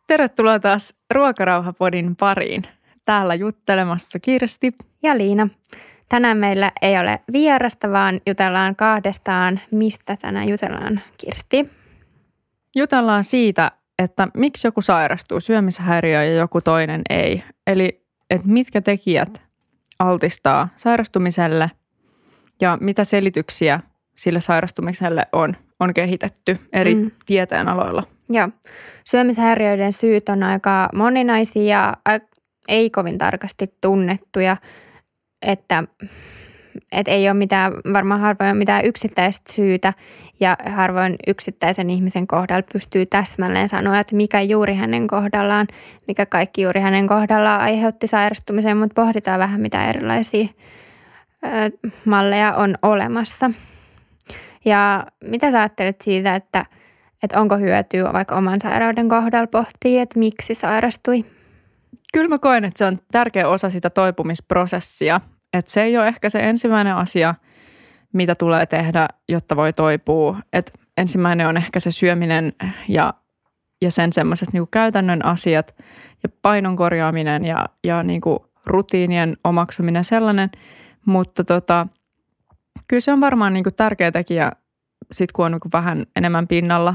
Tervetuloa taas Ruokarauhapodin pariin. Täällä juttelemassa Kirsti ja Liina. Tänään meillä ei ole vierasta, vaan jutellaan kahdestaan. Mistä tänään jutellaan, Kirsti? Jutellaan siitä, että miksi joku sairastuu syömishäiriöön ja joku toinen ei. Eli että mitkä tekijät altistaa sairastumiselle ja mitä selityksiä sille sairastumiselle on kehitetty eri tieteenaloilla. Joo. Syömishäiriöiden syyt on aika moninaisia ja ei kovin tarkasti tunnettuja, että ei ole varmaan harvoin ole mitään yksittäistä syytä ja harvoin yksittäisen ihmisen kohdalla pystyy täsmälleen sanoa, että mikä juuri hänen kohdallaan, mikä kaikki juuri hänen kohdallaan aiheutti sairastumisen, mutta pohditaan vähän mitä erilaisia malleja on olemassa. Ja mitä sä ajattelet siitä, että onko hyötyä vaikka oman sairauden kohdalla pohtia, että miksi sairastui? Kyllä mä koen, että se on tärkeä osa sitä toipumisprosessia. Että se ei ole ehkä se ensimmäinen asia, mitä tulee tehdä, jotta voi toipua. Että ensimmäinen on ehkä se syöminen ja sen semmoiset niinku käytännön asiat ja painon korjaaminen ja niinku rutiinien omaksuminen sellainen. Mutta kyllä se on varmaan niinku tärkeä tekijä sit kun on niinku vähän enemmän pinnalla.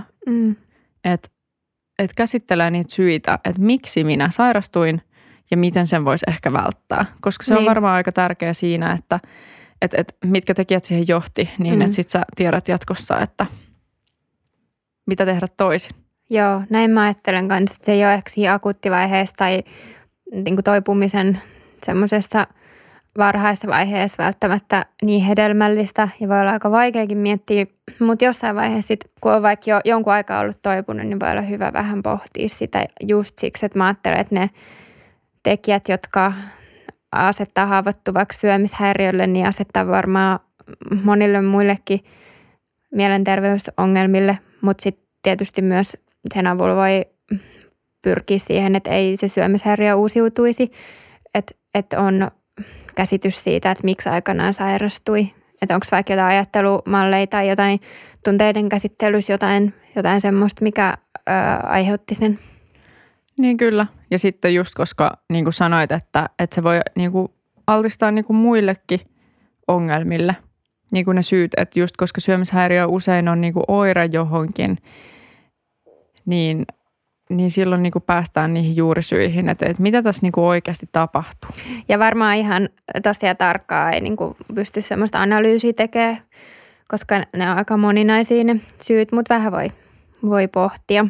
Että käsittelee niitä syitä, että miksi minä sairastuin ja miten sen voisi ehkä välttää. Koska se on varmaan aika tärkeä siinä, että mitkä tekijät siihen johti niin, että sit sä tiedät jatkossa, että mitä tehdä toisin. Joo, näin mä ajattelen kanssa, että se ei ole ehkä siinä akuuttivaiheessa tai niin kuin toipumisen semmoisessa varhaisessa vaiheessa välttämättä niin hedelmällistä ja voi olla aika vaikeakin miettiä, mutta jossain vaiheessa sit, kun on vaikka jo jonkun aikaa ollut toipunut, niin voi olla hyvä vähän pohtia sitä just siksi, että mä ajattelen, että ne tekijät, jotka asettaa haavoittuvaksi syömishäiriölle, niin asettaa varmaan monille muillekin mielenterveysongelmille, mutta sitten tietysti myös sen avulla voi pyrkiä siihen, että ei se syömishäiriö uusiutuisi, että on käsitys siitä, että miksi aikanaan sairastui. Että onko vaikka jotain ajattelumalleja tai jotain tunteiden käsittelyssä, jotain semmoista, mikä aiheutti sen. Niin kyllä. Ja sitten just koska niin kuin sanoit, että se voi niin kuin altistaa niin kuin muillekin ongelmille. Niin kuin ne syyt, että just koska syömishäiriö usein on niin kuin oire johonkin, niin silloin niin kuin päästään niihin juurisyihin, että mitä tässä niin kuin oikeasti tapahtuu. Ja varmaan ihan tosiaan tarkkaa ei niin kuin pysty semmoista analyysiä tekemään, koska ne on aika moninaisia ne syyt, mutta vähän voi pohtia.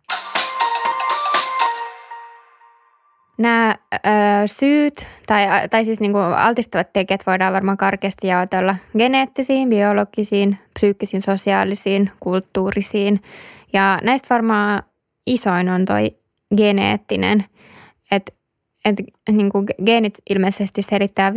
Nämä syyt tai siis niin kuin altistavat tekijät voidaan varmaan karkeasti jaotella geneettisiin, biologisiin, psyykkisiin, sosiaalisiin, kulttuurisiin. Ja näistä varmaan isoin on toi geneettinen, että niin kuin geenit ilmeisesti selittää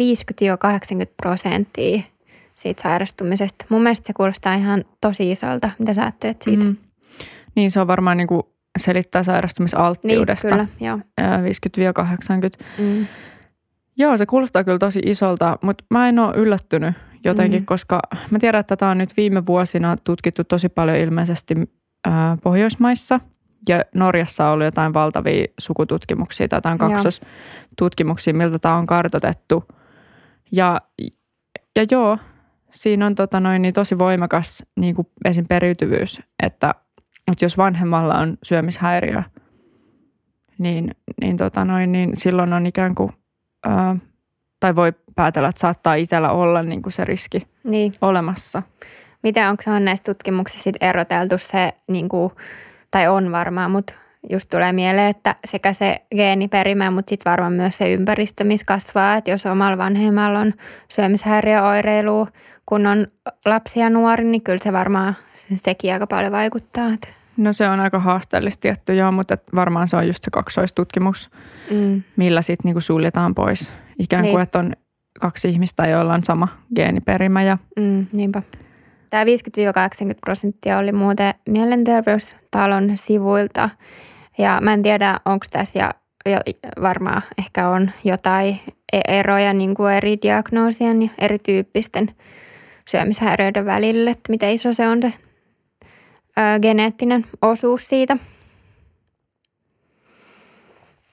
50-80% siitä sairastumisesta. Mun mielestä se kuulostaa ihan tosi isolta. Mitä sä ajattelet siitä? Niin se on varmaan niin kuin selittää sairastumisalttiudesta. Niin, kyllä, joo. 50-80. Joo, se kuulostaa kyllä tosi isolta, mutta mä en ole yllättynyt jotenkin, koska mä tiedän, että tätä on nyt viime vuosina tutkittu tosi paljon ilmeisesti Pohjoismaissa. Ja Norjassa on ollut jotain valtavia sukututkimuksia tai jotain kaksostutkimuksia, miltä tämä on kartoitettu. Ja joo, siinä on niin tosi voimakas niin kuin esim. Periytyvyys, että jos vanhemmalla on syömishäiriö, niin silloin on ikään kuin, tai voi päätellä, että saattaa itsellä olla niin kuin se riski olemassa. Miten onko se näissä tutkimuksissa sit eroteltu se niin kuin tai on varmaan, mutta just tulee mieleen, että sekä se geeniperimä, mutta sitten varmaan myös se ympäristö, missä kasvaa. Että jos omalla vanhemmalla on syömishäiriöoireilua, kun on lapsi ja nuori, niin kyllä se varmaan sekin aika paljon vaikuttaa. No se on aika haasteellista tietty, joo, mutta varmaan se on just se kaksoistutkimus, millä sitten niinku suljetaan pois. Ikään kuin, että on kaksi ihmistä, joilla on sama geeniperimä. Niinpä. Tämä 50-80% oli muuten Mielenterveystalon sivuilta ja mä en tiedä, onko tässä ja varmaan ehkä on jotain eroja niin kuin eri diagnoosien ja erityyppisten syömishäiriöiden välillä, että miten iso se on se geneettinen osuus siitä.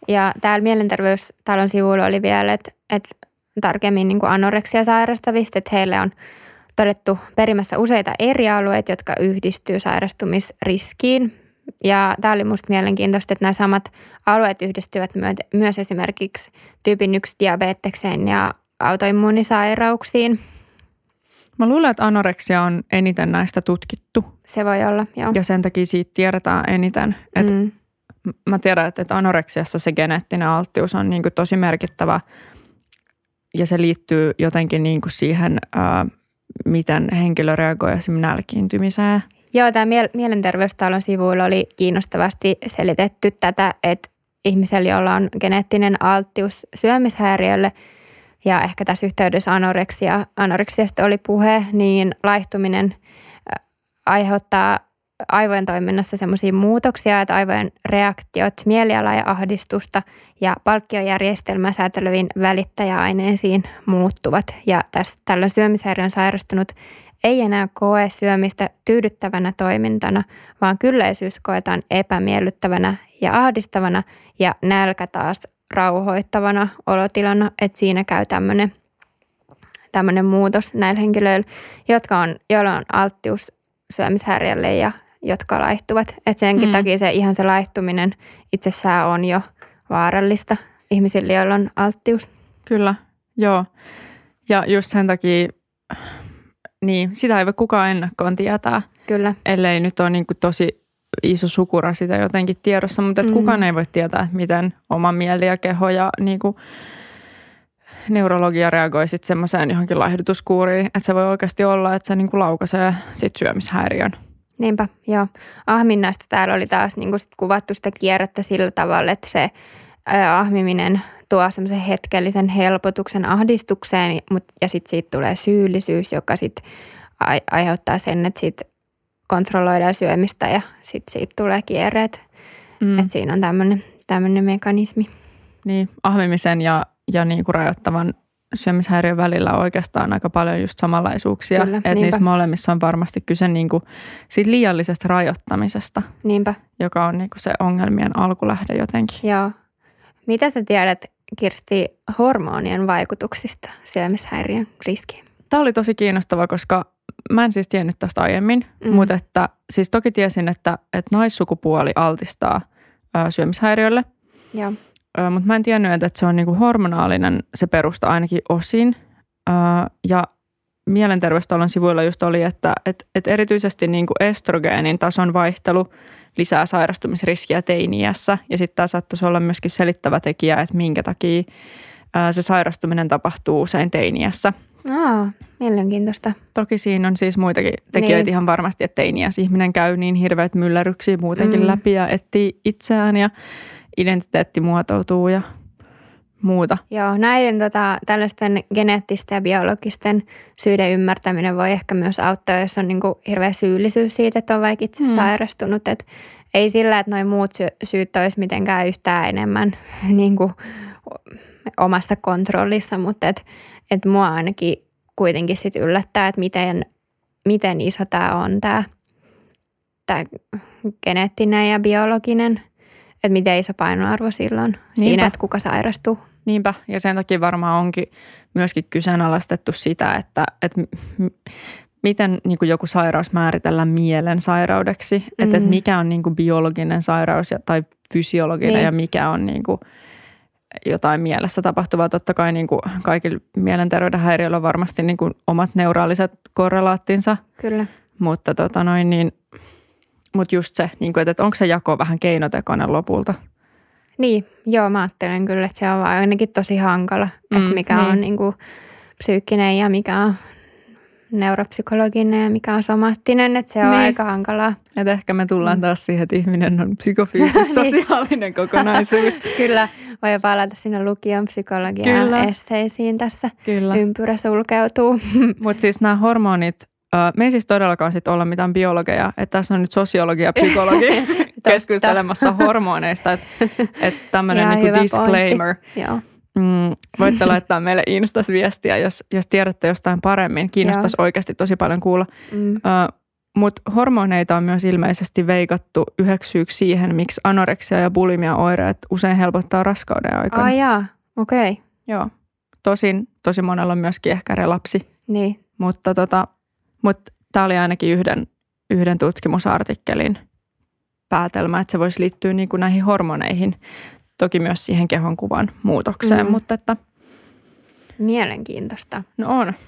Ja täällä Mielenterveystalon sivuilla oli vielä, että tarkemmin niin kuin anoreksia sairastavista, että heille on todettu perimässä useita eri alueita, jotka yhdistyy sairastumisriskiin. Ja tämä oli musta mielenkiintoista, että nämä samat alueet yhdistyvät myös esimerkiksi tyypin 1 diabetekseen ja autoimmuunisairauksiin. Mä luulen, että anoreksia on eniten näistä tutkittu. Se voi olla, joo. Ja sen takia siitä tiedetään eniten. Että mä tiedän, että anoreksiassa se geneettinen alttius on niin kuin tosi merkittävä ja se liittyy jotenkin niin kuin siihen, miten henkilö reagoi esimerkiksi nälkiintymiseen. Joo, tämä Mielenterveystalon sivuilla oli kiinnostavasti selitetty tätä, että ihmisellä, jolla on geneettinen alttius syömishäiriölle ja ehkä tässä yhteydessä anoreksiasta oli puhe, niin laihtuminen aiheuttaa aivojen toiminnassa semmoisia muutoksia, että aivojen reaktiot mielialaa ja ahdistusta ja palkkiojärjestelmää sääteleviin välittäjäaineisiin muuttuvat. Ja tällä syömishäiriön sairastunut ei enää koe syömistä tyydyttävänä toimintana, vaan kylläisyys koetaan epämiellyttävänä ja ahdistavana ja nälkä taas rauhoittavana olotilana, että siinä käy tämmöinen muutos näillä henkilöillä, joilla on alttius syömishäiriölle ja jotka laihtuvat. Että senkin takia se laihtuminen itsessään on jo vaarallista ihmisille, joilla on alttius. Kyllä, joo. Ja just sen takia, niin sitä ei voi kukaan ennakkoon tietää. Kyllä. Ellei nyt ole niin kuin tosi iso sukura sitä jotenkin tiedossa, mutta kukaan ei voi tietää, miten oma mieli ja keho ja niin kuin neurologia reagoi sitten semmoiseen johonkin laihdutuskuuriin, että se voi oikeasti olla, että se niin kuin laukaisee sitten syömishäiriön. Niinpä, joo. Ahminnasta täällä oli taas niin kuin sit kuvattu sitä kierrettä sillä tavalla, että se ahmiminen tuo semmoisen hetkellisen helpotuksen ahdistukseen ja sitten siitä tulee syyllisyys, joka sitten aiheuttaa sen, että sitten kontrolloidaan syömistä ja sitten siitä tulee kierreet. Että siinä on tämmöinen mekanismi. Niin, ahmimisen ja niin kuin rajoittavan syömishäiriön välillä on oikeastaan aika paljon just samanlaisuuksia. Kyllä, että niissä molemmissa on varmasti kyse niin kuin siitä liiallisesta rajoittamisesta, niinpä, joka on niin kuin se ongelmien alkulähde jotenkin. Joo. Mitä sä tiedät, Kirsti, hormonien vaikutuksista syömishäiriön riskiin? Tämä oli tosi kiinnostava, koska mä en siis tiennyt tästä aiemmin, mutta että siis toki tiesin, että naissukupuoli altistaa syömishäiriölle. Joo. Mutta mä en tiennyt, että se on niinku hormonaalinen se perusta ainakin osin. Ja Mielenterveystalon sivuilla just oli, että erityisesti niinku estrogeenin tason vaihtelu lisää sairastumisriskiä teini-iässä. Ja sitten tämä saattaisi olla myöskin selittävä tekijä, että minkä takia se sairastuminen tapahtuu usein teini-iässä. Mielenkiintoista. Toki siinä on siis muitakin tekijöitä ihan varmasti, että teini-iässä ihminen käy niin hirveät myllerryksiä muutenkin läpi ja etsii itseään ja identiteetti muotoutuu ja muuta. Joo, näiden tällaisten geneettisten ja biologisten syiden ymmärtäminen voi ehkä myös auttaa, jos on niinku hirveä syyllisyys siitä, että on vaikka itse sairastunut. Et ei sillä, että nuo muut syyt olisi mitenkään yhtään enemmän niinku omassa kontrollissa, mutta et mua ainakin kuitenkin sit yllättää, että miten iso tämä on tämä geneettinen ja biologinen. Että miten iso painoarvo silloin siinä, että kuka sairastuu. Niinpä, ja sen takia varmaan onkin myöskin kyseenalaistettu sitä, että miten niin kuin joku sairaus määritellään mielen sairaudeksi. Että mikä on niin kuin biologinen sairaus tai fysiologinen ja mikä on niin kuin jotain mielessä tapahtuvaa. Totta kai niin kuin kaikilla mielenterveyden häiriöillä on varmasti niin kuin omat neuraaliset korrelaattinsa. Kyllä. Mutta Mutta just se, että onko se jako vähän keinotekoinen lopulta? Niin, joo, mä ajattelen kyllä, että se on ainakin tosi hankala, että mikä on niin kuin psyykkinen ja mikä on neuropsykologinen ja mikä on somaattinen, että se on aika hankalaa. Että ehkä me tullaan taas siihen, että ihminen on psykofyysis-sosiaalinen kokonaisuus. Kyllä, voi palata sinne lukion psykologian esseisiin tässä. Kyllä. Ympyrä sulkeutuu. Mutta siis nämä hormonit, me ei siis todellakaan sit olla mitään biologeja, että tässä on nyt sosiologi ja psykologi keskustelemassa hormoneista, että tämmöinen niinku disclaimer. Voitte laittaa meille Instas viestiä, jos tiedätte jostain paremmin. Kiinnostaisi oikeasti tosi paljon kuulla. Mutta hormoneita on myös ilmeisesti veikattu yhdeksi syyksi siihen, miksi anoreksia ja bulimia oireet usein helpottaa raskauden aikana. Ai jaa, okei. Okay. Joo. Tosi monella on myöskin ehkä relapsi. Niin. Mutta tämä oli ainakin yhden tutkimusartikkelin päätelmä, että se voisi liittyä niin kuin näihin hormoneihin. Toki myös siihen kehonkuvan muutokseen, mutta että... Mielenkiintoista. No on.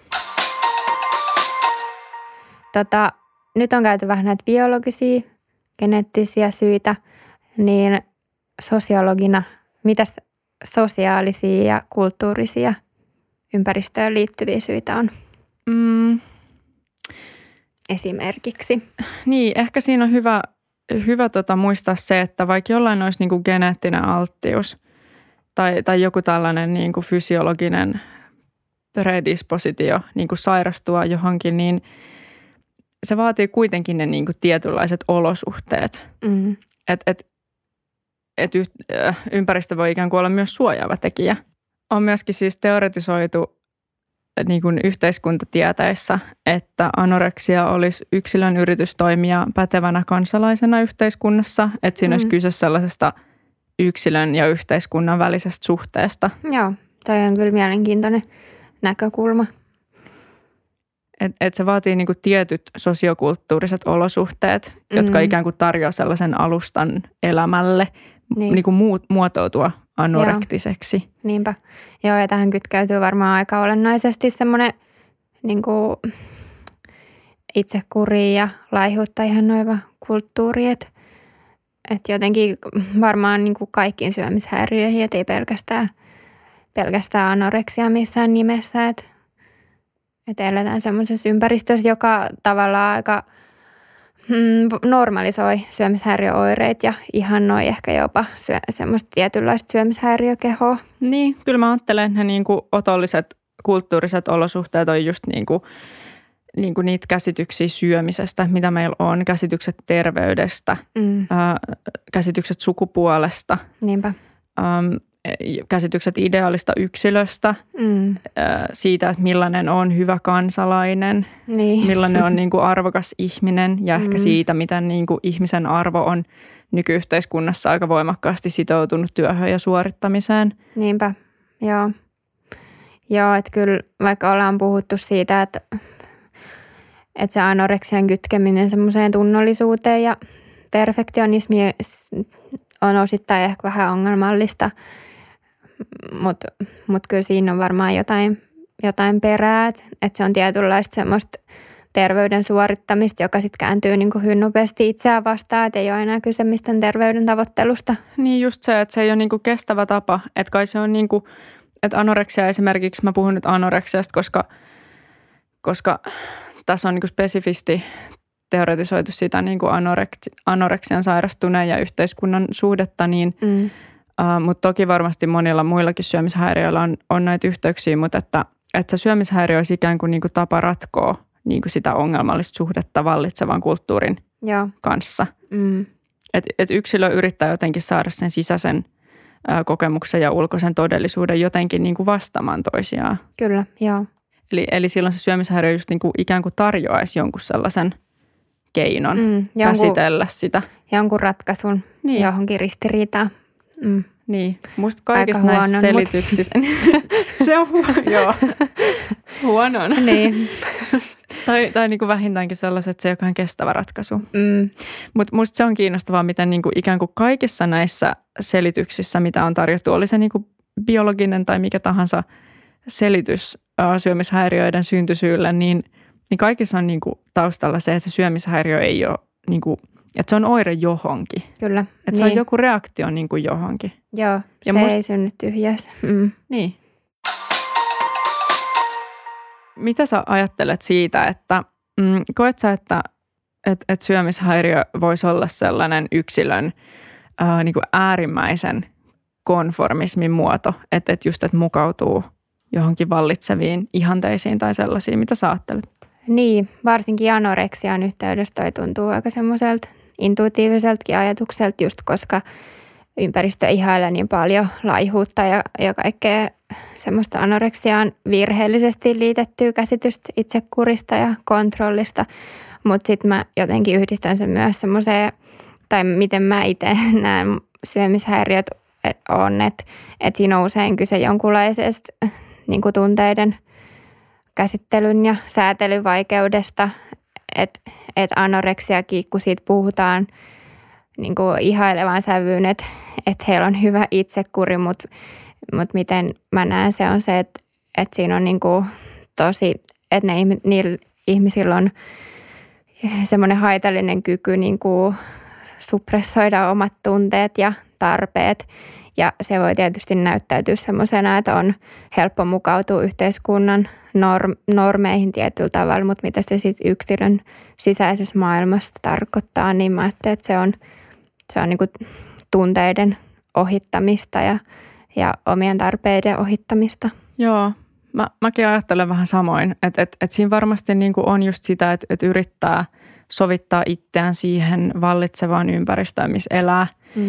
Nyt on käyty vähän näitä biologisia, geneettisiä syitä, niin sosiologina, mitäs sosiaalisia ja kulttuurisia ympäristöön liittyviä syitä on? Esimerkiksi. Niin, ehkä siinä on hyvä muistaa se, että vaikka jollain olisi niin kuin geneettinen alttius tai joku tällainen niin kuin fysiologinen predispositio niin kuin sairastua johonkin, niin se vaatii kuitenkin ne niin kuin tietynlaiset olosuhteet. Ympäristö voi ikään kuin olla myös suojaava tekijä. On myöskin siis teoretisoitu niin kuin yhteiskuntatieteissä, että anoreksia olisi yksilön yritys toimia pätevänä kansalaisena yhteiskunnassa. Että siinä olisi kyse sellaisesta yksilön ja yhteiskunnan välisestä suhteesta. Joo, toi on kyllä mielenkiintoinen näkökulma. Että se vaatii niinku tietyt sosiokulttuuriset olosuhteet, jotka ikään kuin tarjoaa sellaisen alustan elämälle niinku muotoutua anorektiseksi. Joo. Niinpä. Joo, ja tähän kytkeytyy varmaan aika olennaisesti semmoinen niinku itsekuri ja laihuutta ihannoiva kulttuuri, että jotenkin varmaan niinku kaikkiin syömishäiriöihin, et ei pelkästään anoreksia missään nimessä, että eletään semmoisessa ympäristössä, joka tavallaan aika normalisoi syömishäiriöoireet ja ihannoi ehkä jopa semmoista tietynlaista syömishäiriökehoa. Niin, kyllä mä ajattelen, että ne niinku otolliset kulttuuriset olosuhteet on just niinku niitä käsityksiä syömisestä, mitä meillä on, käsitykset terveydestä, käsitykset sukupuolesta. Niinpä. Käsitykset ideaalista yksilöstä, siitä, että millainen on hyvä kansalainen, millainen on niin kuin arvokas ihminen ja ehkä siitä, miten niin kuin ihmisen arvo on nykyyhteiskunnassa aika voimakkaasti sitoutunut työhön ja suorittamiseen. Niinpä, joo. Joo, että kyllä vaikka ollaan puhuttu siitä, että se anoreksian kytkeminen semmoiseen tunnollisuuteen ja perfektionismiin on osittain ehkä vähän ongelmallista, mutta kyllä siinä on varmaan jotain perää, että se on tietynlaista semmoista terveyden suorittamista, joka sitten kääntyy niin kuin hyvin nopeasti itseään vastaan, että ei ole enää kyse mistään terveyden tavoittelusta. Niin just se, että se ei ole niin kuin kestävä tapa, että kai se on niin kuin, että anoreksia esimerkiksi, mä puhun nyt anoreksiasta, koska tässä on niin kuin spesifisti teoretisoitu sitä niin kuin anoreksian sairastuneen ja yhteiskunnan suhdetta, niin, mutta toki varmasti monilla muillakin syömishäiriöillä on näitä yhteyksiä, mutta että se syömishäiriö olisi ikään kuin tapa ratkoa niin kuin sitä ongelmallista suhdetta vallitsevan kulttuurin kanssa. Et yksilö yrittää jotenkin saada sen sisäisen kokemuksen ja ulkoisen todellisuuden jotenkin niin kuin vastaamaan toisiaan. Kyllä, joo. Eli silloin se syömishäiriö just niin kuin ikään kuin tarjoaisi jonkun sellaisen keinon käsitellä sitä. Jonkun ratkaisun johonkin ristiriitaan. Niin, musta kaikista näissä selityksissä. Se on huono. Niin. tai niin kuin vähintäänkin sellaiset, että se ei ole ihan kestävä ratkaisu. Mutta musta se on kiinnostavaa, miten niin kuin ikään kuin kaikissa näissä selityksissä, mitä on tarjottu, oli se niin kuin biologinen tai mikä tahansa selitys syömishäiriöiden syntysyylle, niin kaikissa on niin kuin taustalla se, että se syömishäiriö ei ole, niin kuin, että se on oire johonkin. Kyllä. Että se on joku reaktio niin kuin johonkin. Joo, ja se ei synny tyhjässä. Niin. Mitä sä ajattelet siitä, että koet sä, että syömishäiriö voisi olla sellainen yksilön niin kuin äärimmäisen konformismin muoto, että mukautuu johonkin vallitseviin ihanteisiin tai sellaisiin. Mitä sä ajattelet? Niin, varsinkin anoreksian yhteydessä toi tuntuu aika semmoiselta intuitiiviseltakin ajatukselta, just koska ympäristö ihailee niin paljon laihuutta ja kaikkea semmoista anoreksiaan virheellisesti liitettyä käsitystä itsekurista ja kontrollista Mutta sitten mä jotenkin yhdistän sen myös semmoiseen, tai miten mä itse näen syömishäiriöt on, että siinä on usein kyse jonkunlaisesta niin kuin tunteiden käsittelyn ja säätelyn vaikeudesta, että anoreksiakin, kun siitä puhutaan niin kuin ihailevan sävyyn, että heillä on hyvä itsekuri, mutta miten mä näen se on se, että siinä on niin kuin tosi, että niillä ihmisillä on semmoinen haitallinen kyky niin kuin suppressoida omat tunteet ja tarpeet. Ja se voi tietysti näyttäytyä semmoisena, että on helppo mukautua yhteiskunnan normeihin tietyllä tavalla, mutta mitä se sitten yksilön sisäisessä maailmassa tarkoittaa, niin mä ajattelen, että se on niin kuin tunteiden ohittamista ja omien tarpeiden ohittamista. Joo, mäkin ajattelen vähän samoin, että siinä varmasti niin kuin on just sitä, että yrittää sovittaa itseään siihen vallitsevaan ympäristöön, missä elää.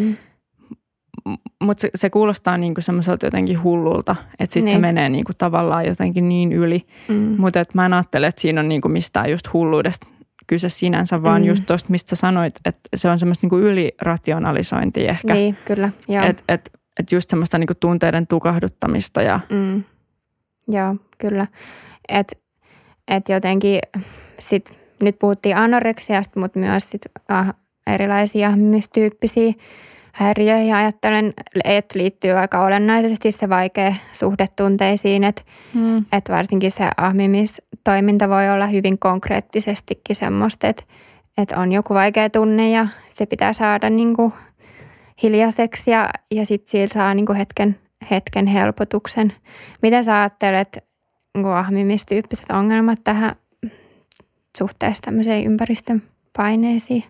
Mutta se kuulostaa niinku semmoiselta jotenkin hullulta, että sitten se menee niinku tavallaan jotenkin niin yli. Mutta mä en ajattele, että siinä on niinku mistään just hulluudesta kyse sinänsä, vaan just tuosta, mistä sä sanoit, että se on semmoista niinku ylirationalisointia ehkä. Niin, kyllä, joo. Et just semmoista niinku tunteiden tukahduttamista. Joo, kyllä. Et jotenkin sit, nyt puhuttiin anoreksiasta, mutta myös sit, erilaisia ahmimistyyppisiä häiriöihin ja ajattelen, että liittyy aika olennaisesti se vaikea suhde tunteisiin, että varsinkin se ahmimistoiminta voi olla hyvin konkreettisestikin semmoista, että on joku vaikea tunne ja se pitää saada niin kuin hiljaiseksi ja sitten siitä saa niin kuin hetken helpotuksen. Miten sä ajattelet niin kuin ahmimistyyppiset ongelmat tähän suhteessa tämmöiseen ympäristön paineisiin?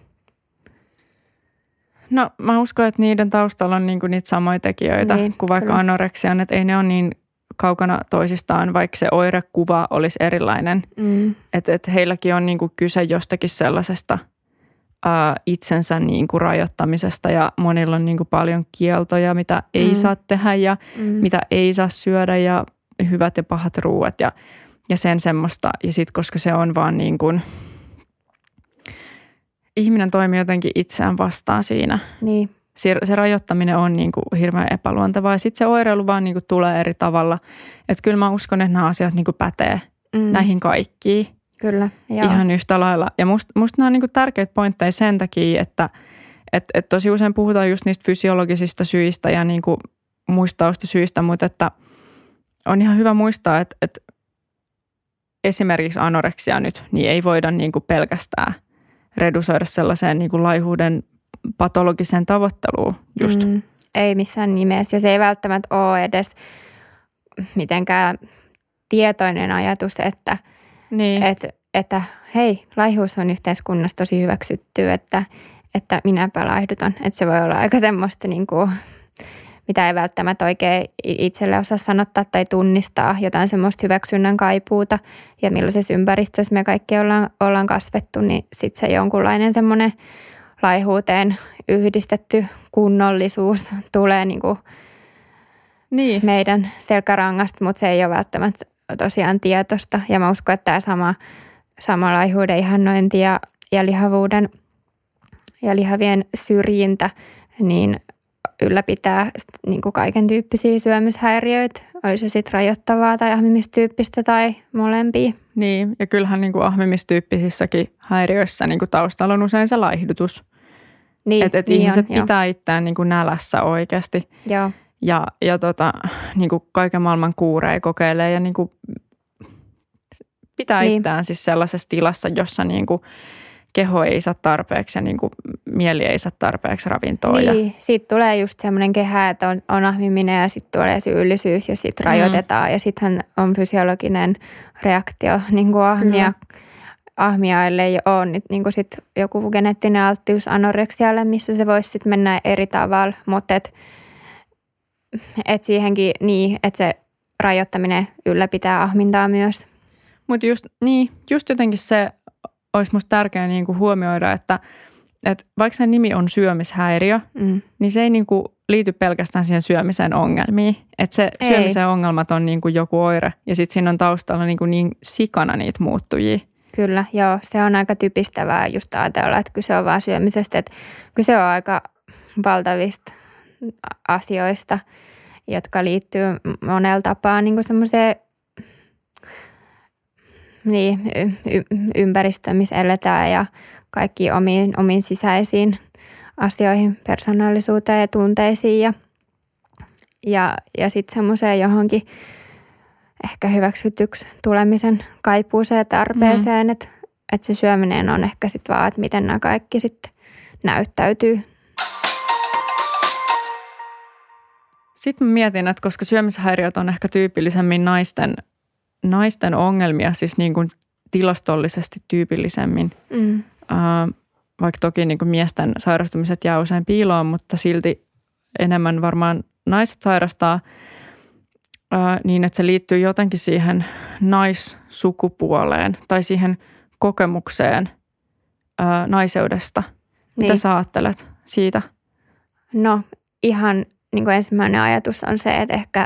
No mä uskon, että niiden taustalla on niinku niitä samoja tekijöitä kuin vaikka anoreksian, että ei ne ole niin kaukana toisistaan, vaikka se oirekuva olisi erilainen. Että heilläkin on niinku kyse jostakin sellaisesta itsensä niinku rajoittamisesta ja monilla on niinku paljon kieltoja, mitä ei saa tehdä ja mitä ei saa syödä ja hyvät ja pahat ruuat ja sen semmoista. Ja sitten koska se on vaan niin kuin ihminen toimii jotenkin itseään vastaan siinä. Niin. Se rajoittaminen on niin kuin hirveän epäluontevaa ja sitten se oireilu vaan niin kuin tulee eri tavalla. Että kyllä mä uskon, että nämä asiat niin kuin pätee näihin kaikkiin. Kyllä, joo. Ihan yhtä lailla. Ja musta nämä on niin kuin tärkeitä pointteja sen takia, että tosi usein puhutaan just niistä fysiologisista syistä ja niin kuin muista taustasyistä, mutta että on ihan hyvä muistaa, että esimerkiksi anoreksia nyt, niin ei voida niin kuin pelkästään redusoida sellaiseen niin kuin laihuuden patologiseen tavoitteluun just. Ei missään nimessä ja se ei välttämättä ole edes mitenkään tietoinen ajatus, että hei, laihuus on yhteiskunnassa tosi hyväksytty, että minäpä laihdutan. Että se voi olla aika semmoista, niin kuin, mitä ei välttämättä oikein itselle osaa sanottaa tai tunnistaa, jotain semmoista hyväksynnän kaipuuta. Ja millaisessa ympäristössä me kaikki ollaan kasvettu, niin sitten se jonkunlainen semmoinen laihuuteen yhdistetty kunnollisuus tulee niin kuin meidän selkärangasta, mutta se ei ole välttämättä tosiaan tietoista. Ja mä uskon, että tämä sama laihuuden ihannointi ja lihavuuden ja lihavien syrjintä, niin ylläpitää niin kuin kaiken tyyppisiä syömishäiriöitä. Oli se sitten rajoittavaa tai ahmimistyyppistä tai molempia. Niin, ja kyllähän niin kuin ahmimistyyppisissäkin häiriöissä niin kuin taustalla on usein se laihdutus. Niin, että ihmiset pitää itseään niin kuin nälässä oikeasti. Joo. Ja niin kuin kaiken maailman kuureja kokeilee ja niin kuin pitää itseään siis sellaisessa tilassa, jossa niin kuin keho ei saa tarpeeksi ja niin kuin mieli ei saa tarpeeksi ravintoa. Niin, siitä tulee just semmoinen kehä, että on ahmiminen ja sitten tulee syyllisyys ja sitten rajoitetaan. Ja sittenhän on fysiologinen reaktio niin kuin ahmiaille ei ole niin kuin sit joku geneettinen alttius anoreksialle, missä se voisi sitten mennä eri tavalla. Mutta et siihenkin niin, että se rajoittaminen ylläpitää ahmintaa myös. Mutta just jotenkin se olisi musta tärkeää niin kuin huomioida, että vaikka sen nimi on syömishäiriö, niin se ei niin kuin liity pelkästään siihen syömisen ongelmiin. Että se syömisen ongelmat on niin kuin joku oire ja sitten siinä on taustalla niin sikana niitä muuttujia. Kyllä, joo. Se on aika typistävää just ajatella, että kyse on vaan syömisestä. Että kyse on aika valtavista asioista, jotka liittyy monella tapaa niin kuin semmoiseen ympäristöön, missä eletään ja kaikki omiin sisäisiin asioihin, persoonallisuuteen ja tunteisiin ja sitten semmoiseen johonkin ehkä hyväksytyksi tulemisen kaipuuseen ja tarpeeseen, että se syöminen on ehkä sitten vaan, että miten nämä kaikki sitten näyttäytyy. Sitten mä mietin, että koska syömishäiriöt on ehkä tyypillisemmin naisten ongelmia, siis niin kuin tilastollisesti tyypillisemmin, vaikka toki niin kuin miesten sairastumiset jää usein piiloon, mutta silti enemmän varmaan naiset sairastaa niin, että se liittyy jotenkin siihen naissukupuoleen tai siihen kokemukseen naiseudesta. Mitä sä ajattelet siitä? No ihan niin kuin ensimmäinen ajatus on se, että ehkä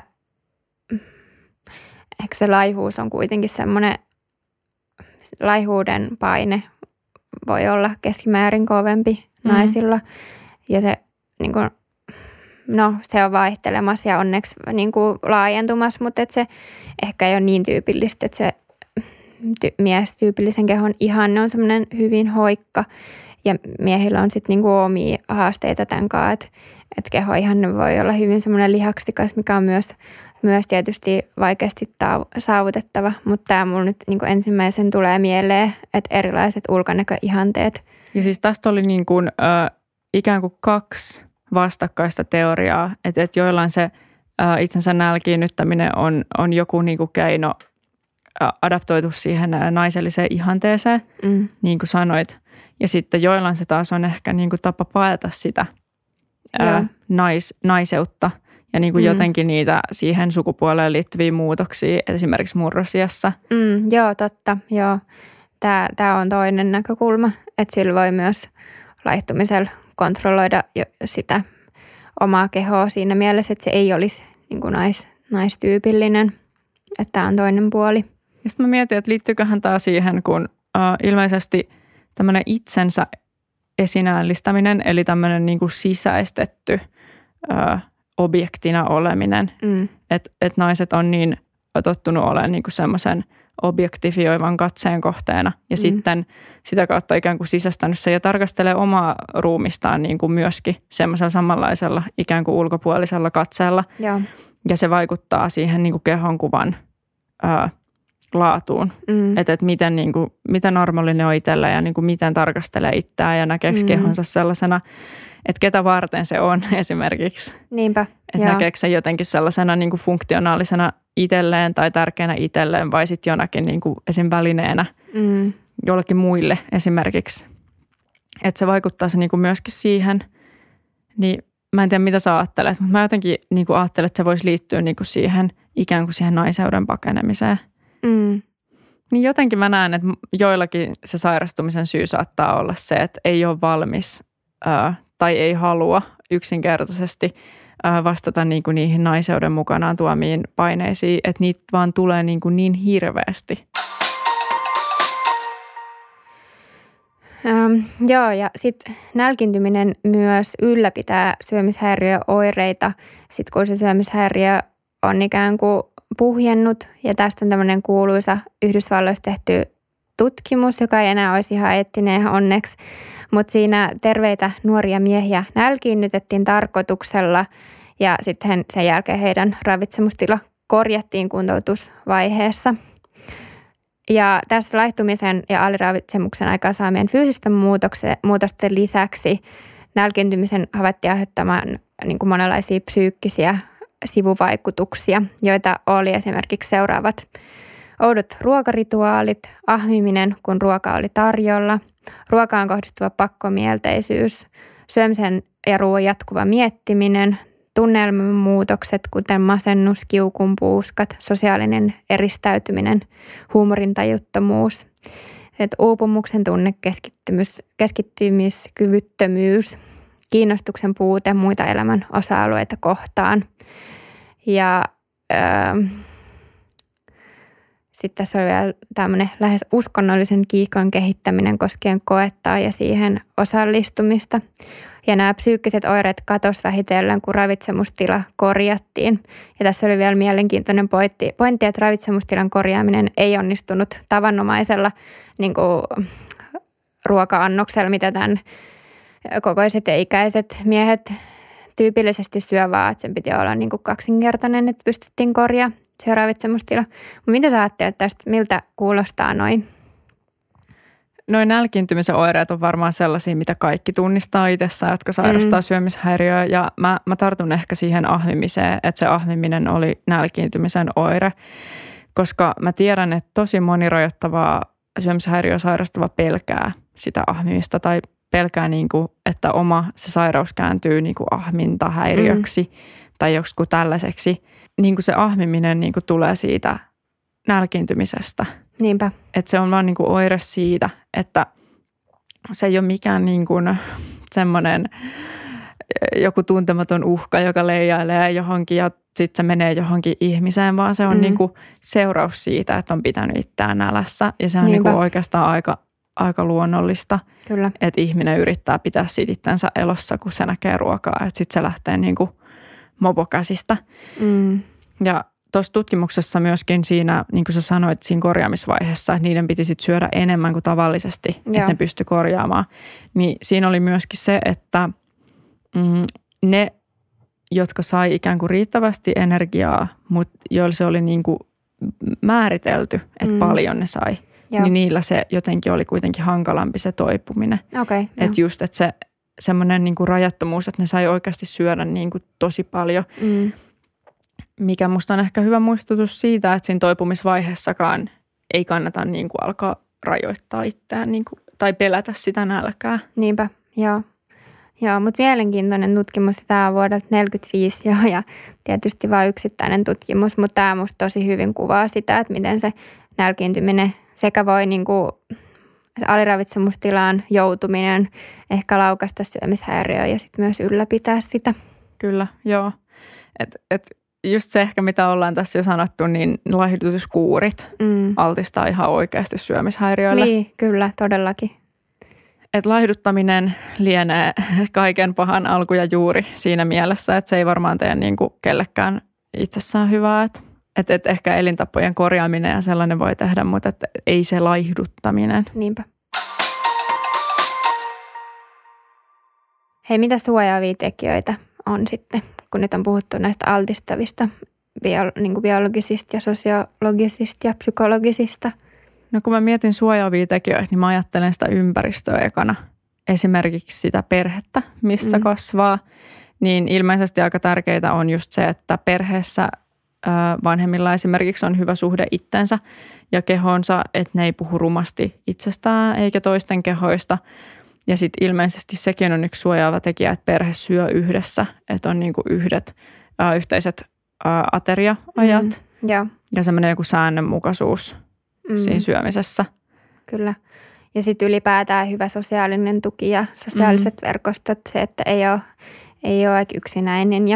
se laihuus on kuitenkin semmoinen, laihuuden paine voi olla keskimäärin kovempi naisilla ja se niin kuin, se on vaihtelemassa ja onneksi niin kuin laajentumassa, mutta että se ehkä ei ole niin tyypillistä, että se miestyypillisen kehon ihanne on semmoinen hyvin hoikka ja miehillä on sitten niin kuin omia haasteita tämän kanssa, että keho ihanne voi olla hyvin semmoinen lihaksikas, mikä on myös tietysti vaikeasti saavutettava, mutta tämä mulla nyt niin kuin ensimmäisen tulee mieleen, että erilaiset ulkonäköihanteet. Ja siis tästä oli niin kuin, ikään kuin 2 vastakkaista teoriaa, että joillain se itsensä nälkiinnyttäminen on joku niin kuin keino adaptoitu siihen naiselliseen ihanteeseen, niin kuin sanoit. Ja sitten joillain se taas on ehkä niin kuin tapa paeta sitä naiseutta ja niin kuin jotenkin niitä siihen sukupuoleen liittyviä muutoksia esimerkiksi murrosiässä. Joo, totta. Joo. Tämä on toinen näkökulma, että sillä voi myös laihtumisella kontrolloida sitä omaa kehoa siinä mielessä, että se ei olisi niin kuin naistyypillinen. Että tämä on toinen puoli. Ja sitten mä mietin, että liittyyköhän tämä siihen, kun ilmeisesti tämmöinen itsensä esinäällistäminen, eli tämmöinen niin kuin sisäistetty objektina oleminen, että naiset on niin tottunut olemaan niin kuin semmoisen objektifioivan katseen kohteena ja sitten sitä kautta ikään kuin sisästänyt se ja tarkastelee omaa ruumistaan niin kuin myöskin semmoisella samanlaisella ikään kuin ulkopuolisella katseella. Ja se vaikuttaa siihen niin kuin kehonkuvan laatuun, että miten, niin kuin, miten normaalinen on itsellä ja niin kuin miten tarkastelee itseään ja näkeekö kehonsa sellaisena, että ketä varten se on esimerkiksi. Niinpä, että näkeekö se jotenkin sellaisena niin kuin funktionaalisena itselleen tai tärkeänä itselleen vai sitten jonakin niin kuin esim. Välineenä jollekin muille esimerkiksi. Että se vaikuttaa se niin kuin myöskin siihen, niin mä en tiedä mitä sä ajattelet, mutta mä jotenkin niin kuin ajattelen, että se voisi liittyä niin kuin siihen ikään kuin siihen naiseuden pakenemiseen. Niin jotenkin mä näen, että joillakin se sairastumisen syy saattaa olla se, että ei ole valmis tai ei halua yksinkertaisesti vastata niin kuin niihin naiseuden mukanaan tuomiin paineisiin, että niitä vaan tulee niin hirveästi. Joo, ja sitten nälkintyminen myös ylläpitää syömishäiriöoireita, sitten kun se syömishäiriö on ikään kuin puhjennut. Ja tästä on tämmöinen kuuluisa Yhdysvalloissa tehty tutkimus, joka ei enää olisi ihan eettinen onneksi. Mutta siinä terveitä nuoria miehiä nälkiinnytettiin tarkoituksella ja sitten sen jälkeen heidän ravitsemustila korjattiin kuntoutusvaiheessa. Ja tässä laihtumisen ja aliravitsemuksen aikaansaamien fyysisten muutosten lisäksi nälkiintymisen havaittiin aiheuttamaan niin kuin monenlaisia psyykkisiä sivuvaikutuksia, joita oli esimerkiksi seuraavat: oudot ruokarituaalit, ahmiminen, kun ruoka oli tarjolla, ruokaan kohdistuva pakkomielteisyys, syömisen ja ruoan jatkuva miettiminen, tunnelman muutokset, kuten masennus, kiukunpuuskat, sosiaalinen eristäytyminen, huumorintajuttomuus, uupumuksen tunne, keskittymiskyvyttömyys, kiinnostuksen puute muita elämän osa-alueita kohtaan. Ja Sitten tässä oli vielä tämmöinen lähes uskonnollisen kiihkon kehittäminen koskien koettaa ja siihen osallistumista. Ja nämä psyykkiset oireet katosi vähitellen, kun ravitsemustila korjattiin. Ja tässä oli vielä mielenkiintoinen pointti, että ravitsemustilan korjaaminen ei onnistunut tavanomaisella niin kuin ruoka-annoksella, mitä tämän kokoiset ja ikäiset miehet tyypillisesti syö, vaan että sen piti olla niin kuin kaksinkertainen, että pystyttiin korjaamaan se ravitsemustila. Mutta mitä sä ajattelet tästä, miltä kuulostaa noin? Noin nälkiintymisen oireet on varmaan sellaisia, mitä kaikki tunnistaa itsessään, jotka sairastaa syömishäiriöä. Ja mä tartun ehkä siihen ahmimiseen, että se ahmiminen oli nälkiintymisen oire. Koska mä tiedän, että tosi moni rajoittavaa syömishäiriöä sairastava pelkää sitä ahmimista tai pelkää, niin kuin, että se sairaus kääntyy niin kuin ahmintahäiriöksi tai joksikin tällaiseksi. Niin kuin se ahmiminen niin kuin tulee siitä nälkiintymisestä. Niinpä. Että se on vaan niin kuin oire siitä, että se ei ole mikään niin kuin semmoinen joku tuntematon uhka, joka leijailee johonkin ja sitten se menee johonkin ihmiseen, vaan se on niin kuin seuraus siitä, että on pitänyt itseään nälässä. Ja se on niin kuin oikeastaan aika luonnollista, kyllä, että ihminen yrittää pitää siitä itsensä elossa, kun se näkee ruokaa. Että sitten se lähtee niin kuin mopokäsistä. Ja tuossa tutkimuksessa myöskin siinä, niin kuin sä sanoit, siinä korjaamisvaiheessa, että niiden piti sit syödä enemmän kuin tavallisesti, että ne pystyi korjaamaan. Niin siinä oli myöskin se, että ne, jotka sai ikään kuin riittävästi energiaa, mutta joilla se oli niin kuin määritelty, että paljon ne sai, niin niillä se jotenkin oli kuitenkin hankalampi se toipuminen. Että just, että se semmoinen niin kuin rajattomuus, että ne sai oikeasti syödä niin kuin tosi paljon. Mikä musta on ehkä hyvä muistutus siitä, että siinä toipumisvaiheessakaan ei kannata niin kuin alkaa rajoittaa itseään niin kuin, tai pelätä sitä nälkää. Niinpä, joo. Joo, mutta mielenkiintoinen tutkimus. Tämä on vuodelta 1945 jo ja tietysti vain yksittäinen tutkimus, mutta tämä musta tosi hyvin kuvaa sitä, että miten se nälkiintyminen sekä voi niin kuin aliravitsemustilaan joutuminen ehkä laukaista syömishäiriöä ja sitten myös ylläpitää sitä. Kyllä, joo. Just se ehkä, mitä ollaan tässä jo sanottu, niin laihdutuskuurit altistaa ihan oikeasti syömishäiriöille. Niin, kyllä, todellakin. Et laihduttaminen lienee kaiken pahan alku ja juuri siinä mielessä, että se ei varmaan tee niinku kellekään itsessään hyvää. Että ehkä elintapojen korjaaminen ja sellainen voi tehdä, mutta ei se laihduttaminen. Niinpä. Hei, mitä suojaavia tekijöitä on sitten, kun nyt on puhuttu näistä altistavista niin kuin biologisista ja sosiologisista ja psykologisista? No kun mä mietin suojaavia tekijöitä, niin mä ajattelen sitä ympäristöä ekana. Esimerkiksi sitä perhettä, missä kasvaa. Niin ilmeisesti aika tärkeää on just se, että perheessä vanhemmilla esimerkiksi on hyvä suhde itsensä ja kehonsa, että ne ei puhu rumasti itsestään eikä toisten kehoista. Ja sitten ilmeisesti sekin on yksi suojaava tekijä, että perhe syö yhdessä, että on niinku yhteiset ateria-ajat ja semmoinen joku säännönmukaisuus siinä syömisessä. Kyllä. Ja sitten ylipäätään hyvä sosiaalinen tuki ja sosiaaliset verkostot, se, että ei ole yksinäinen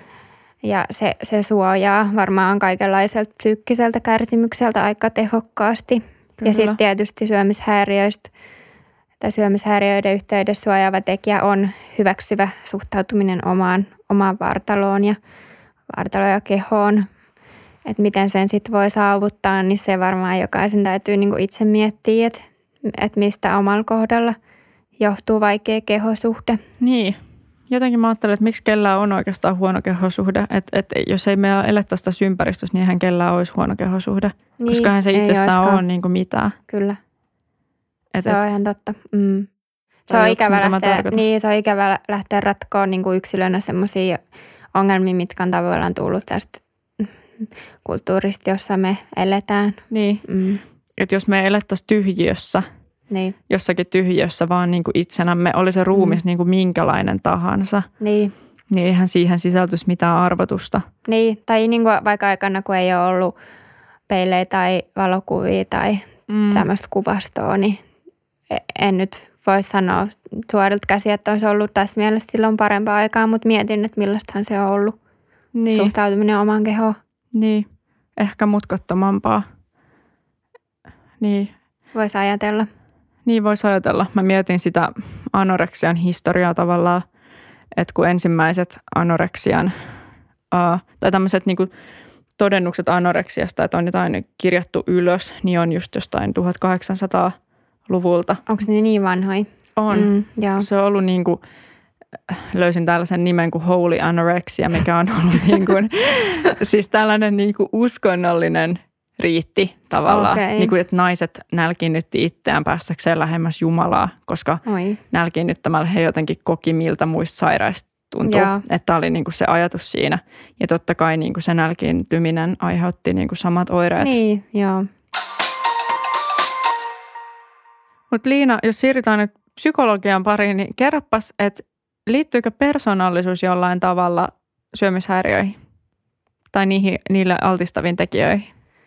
ja se suojaa varmaan kaikenlaiselta psyykkiseltä kärsimykseltä aika tehokkaasti. Kyllä. Ja sitten tietysti syömishäiriöistä tai syömishäiriöiden yhteydessä suojaava tekijä on hyväksyvä suhtautuminen omaan vartaloon ja kehoon. Että miten sen sitten voi saavuttaa, niin se varmaan jokaisen täytyy niinku itse miettiä, että mistä omalla kohdalla johtuu vaikea kehosuhde. Niin. Jotenkin mä ajattelen, että miksi kellään on oikeastaan huono kehosuhde. Että jos ei me elettäisi tässä ympäristössä, niin eihän kellään olisi huono kehosuhde. Niin, koska hän se itsessään ole niinku mitään. Kyllä. Se on ihan totta. Se on ikävä lähteä ratkoon niinku yksilönä semmoisia ongelmia, mitkä on tavallaan tullut tästä kulttuurista, jossa me eletään. Niin, että jos me elettäisiin tyhjiössä, jossakin tyhjiössä vaan niin kuin itsenämme, oli se ruumis niin kuin minkälainen tahansa, niin eihän siihen sisältyisi mitään arvotusta. Niin, tai niin kuin vaikka aikana, kun ei ole ollut peilejä tai valokuvia tai tämmöistä kuvastoa, niin en nyt voi sanoa suorilta käsi, että olisi ollut tässä mielessä silloin parempaa aikaa, mutta mietin, että millaistahan se on ollut suhtautuminen omaan kehoon. Niin, ehkä mutkattomampaa. Niin. Voisi ajatella. Niin voisi ajatella. Mä mietin sitä anoreksian historiaa tavallaan, että kun ensimmäiset anoreksian tai tämmöiset niinku todennukset anoreksiasta, että on jotain kirjattu ylös, niin on just jostain 1800-luvulta. Onko ne niin vanhoja? On. Se on ollut niin kuin, löysin tällaisen nimen kuin Holy Anorexia, mikä on ollut niin kuin, siis tällainen niin kuin uskonnollinen riitti tavallaan. Okay. Niin kuin, että naiset nälkiinnytti itseään päästäkseen lähemmäs Jumalaa, koska nälkiinnyttämällä he jotenkin koki, miltä muista sairaista tuntuu. Että tämä oli niin kuin se ajatus siinä. Ja totta kai niin kuin se nälkiintyminen aiheutti niin kuin samat oireet. Niin, joo. Mutta Liina, jos siirrytään nyt psykologian pariin, niin kerropas, että liittyykö persoonallisuus jollain tavalla syömishäiriöihin tai niille altistaviin tekijöihin?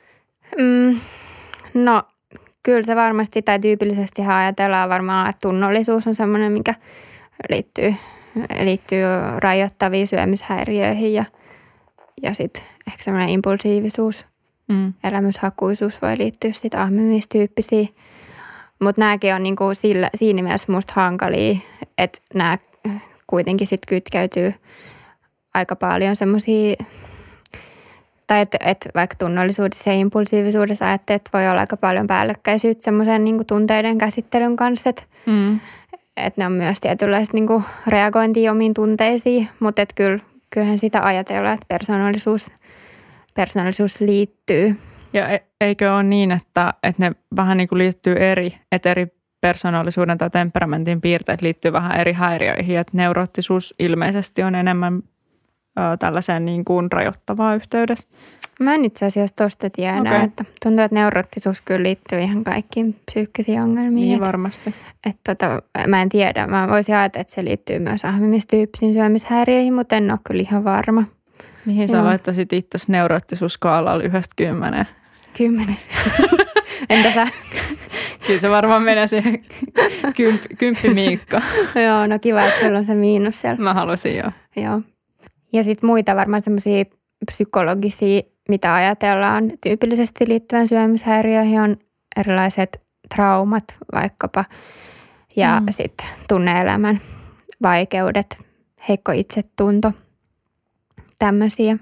No kyllä se varmasti, tai tyypillisesti ajatellaan varmaan, että tunnollisuus on semmoinen, mikä liittyy rajoittaviin syömishäiriöihin ja sitten ehkä semmoinen impulsiivisuus, elämyshakuisuus voi liittyä sitten ahmimistyyppisiin. Mutta nämäkin on niinku siinä mielessä musta hankalia, että nämä kuitenkin sitten kytkeytyy aika paljon semmoisia, tai että vaikka tunnollisuudessa ja impulsiivisuudessa ajattelee, että voi olla aika paljon päällekkäisyyttä semmoisen niinku tunteiden käsittelyn kanssa, että ne on myös tietynlaista niinku reagointia omiin tunteisiin, mutta kyllähän sitä ajatellaan, että persoonallisuus liittyy. Ja eikö ole niin, että ne vähän niin kuin liittyy eri persoonallisuuden tai temperamentin piirteet liittyy vähän eri häiriöihin, että neuroottisuus ilmeisesti on enemmän tällaiseen niin kuin rajoittavaa yhteydessä. Mä en itse asiassa tosta tiedä, että tuntuu, että neuroottisuus kyllä liittyy ihan kaikkiin psyykkisiin ongelmiin. Niin varmasti. Mä en tiedä, mä voisin ajatella, että se liittyy myös ahmimistyyppisiin syömishäiriöihin, mutta en ole kyllä ihan varma. Mihin sä laittaisit itsesi neuroottisuusskaalalla 1–10? 10. Entä sä? Kyllä se varmaan menee siihen 10 Miikka. Joo, no kiva, että sulla on se miinus siellä. Mä halusin Joo. Ja sitten muita varmaan semmoisia psykologisia, mitä ajatellaan tyypillisesti liittyvän syömishäiriöihin, on erilaiset traumat vaikkapa. Ja sitten tunne-elämän vaikeudet, heikko itsetunto, tämmöisiä.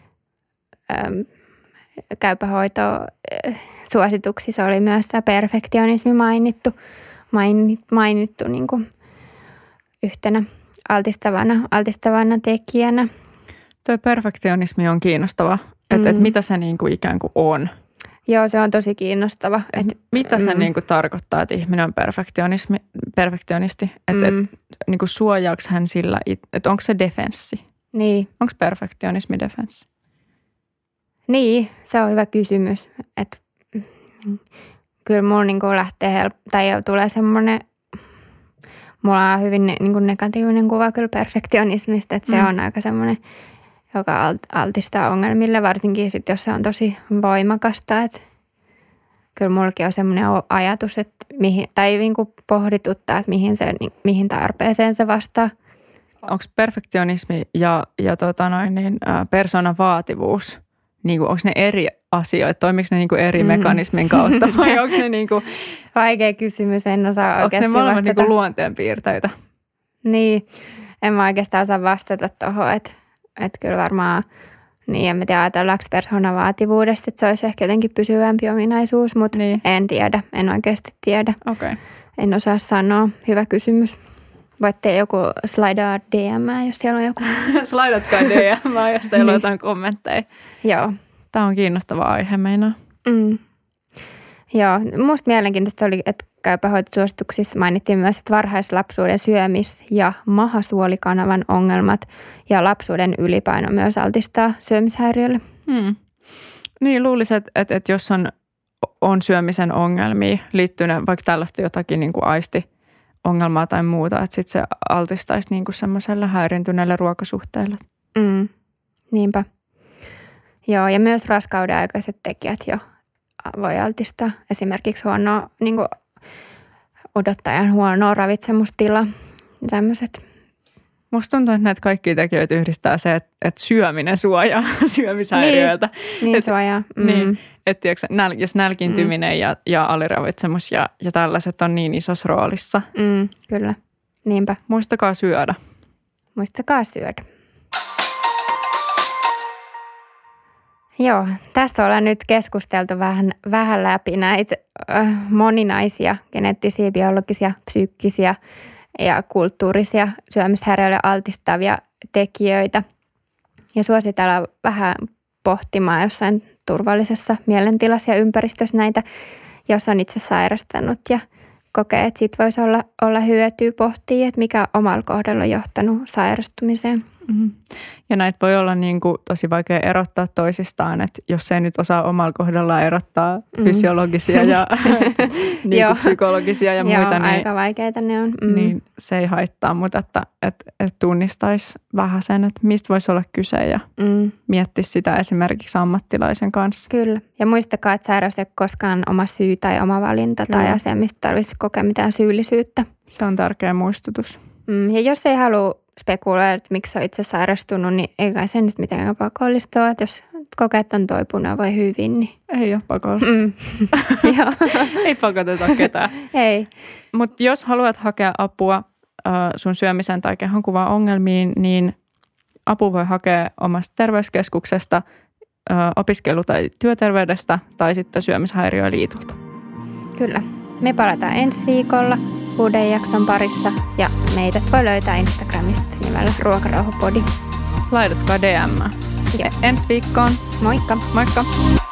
Käypähoitosuosituksissa oli myös tämä perfektionismi mainittu niin kuin yhtenä altistavana tekijänä. Tuo perfektionismi on kiinnostava, että mitä se niin kuin ikään kuin on. Joo, se on tosi kiinnostava. Mitä se niin kuin tarkoittaa, että ihminen on perfektionisti? Että niin kuin suojaako hän sillä, että onko se defenssi? Niin. Onko perfektionismi defenssi? Niin, se on hyvä kysymys. Että kyllä mulla niin kuin lähtee tulee semmoinen, mulla on hyvin niin kuin negatiivinen kuva kyllä perfektionismista, että se on aika semmoinen, joka altistaa ongelmille, varsinkin sit, jos se on tosi voimakasta. Että kyllä mullakin on semmoinen ajatus, että tai niin kuin pohdituttaa, että mihin tarpeeseen se vastaa. Onko perfektionismi ja persoonan vaativuus, niin onko ne eri asioita, toimiko ne niin kuin eri mekanismin kautta vai onko ne niin kuin... Vaikea kysymys, en osaa oikeasti vastata. Onko ne molemmat niin kuin luonteenpiirteitä? Niin, en mä oikeastaan osaa vastata tuohon, että kyllä varmaan, niin en mä tiedä ajatellaanko persoonan vaativuudesta, että se olisi ehkä jotenkin pysyvämpi ominaisuus, mutta en oikeasti tiedä. Okay. En osaa sanoa, hyvä kysymys. Voitte joku slaidaa DM, jos siellä on joku. Slaidatkaa DM, jos teillä on jotain kommentteja. Joo. Tämä on kiinnostava aihe meinaa. Joo, musta mielenkiintoista oli, että käypähoitosuosituksissa mainittiin myös, että varhaislapsuuden syömis- ja mahasuolikanavan ongelmat ja lapsuuden ylipaino myös altistaa syömishäiriölle. Niin, luulisin, että jos on syömisen ongelmia liittyen vaikka tällaista jotakin niin kuin aistiongelmaa tai muuta, että sitten se altistaisi niin kuin semmoiselle häiriintyneelle ruokasuhteelle. Niinpä. Joo, ja myös raskauden aikaiset tekijät jo voi altistaa. Esimerkiksi niin odottajan huono ravitsemustila ja tämmöiset. Musta tuntuu, että näitä kaikkia tekijöitä yhdistää se, että syöminen suojaa syömishäiriöiltä. Niin suojaa. Niin, että jos nälkiintyminen ja aliravitsemus ja tällaiset on niin isossa roolissa. Kyllä, niinpä. Muistakaa syödä. Muistakaa syödä. Joo, tästä ollaan nyt keskusteltu vähän läpi näitä moninaisia geneettisiä, biologisia, psyykkisiä ja kulttuurisia syömishäiriöille altistavia tekijöitä. Ja suositellaan vähän pohtimaan jossain turvallisessa mielentilassa ja ympäristössä näitä, jos on itse sairastanut ja kokee, että siitä voisi olla hyötyä pohtia, että mikä omalla kohdalla on johtanut sairastumiseen. Mm-hmm. Ja näitä voi olla niin kuin tosi vaikea erottaa toisistaan, että jos ei nyt osaa omalla kohdallaan erottaa fysiologisia ja niin kuin psykologisia ja muita, niin aika vaikeita ne on. Niin se ei haittaa, mutta että tunnistaisi vähän sen, että mistä voisi olla kyse ja miettisi sitä esimerkiksi ammattilaisen kanssa. Kyllä. Ja muistakaa, että sairaus ei ole koskaan oma syy tai oma valinta tai asia, mistä tarvitsisi kokea mitään syyllisyyttä. Se on tärkeä muistutus. Ja jos ei halua spekuloida, että miksi on itse sairastunut, niin ei kai se nyt mitenkään pakollista ole, että jos kokeet on toipunut voi hyvin, niin... Ei ole pakollista. Ei pakoteta ketään. Ei. Mutta jos haluat hakea apua sun syömisen tai kehonkuvan ongelmiin, niin apu voi hakea omasta terveyskeskuksesta, opiskelu- tai työterveydestä tai sitten syömishäiriöliitolta. Kyllä. Me palataan ensi viikolla uuden jakson parissa ja meidät voi löytää Instagramista nimellä Ruokarauhapodi. Slaidatkaa DM. Ensi viikkoon. Moikka. Moikka.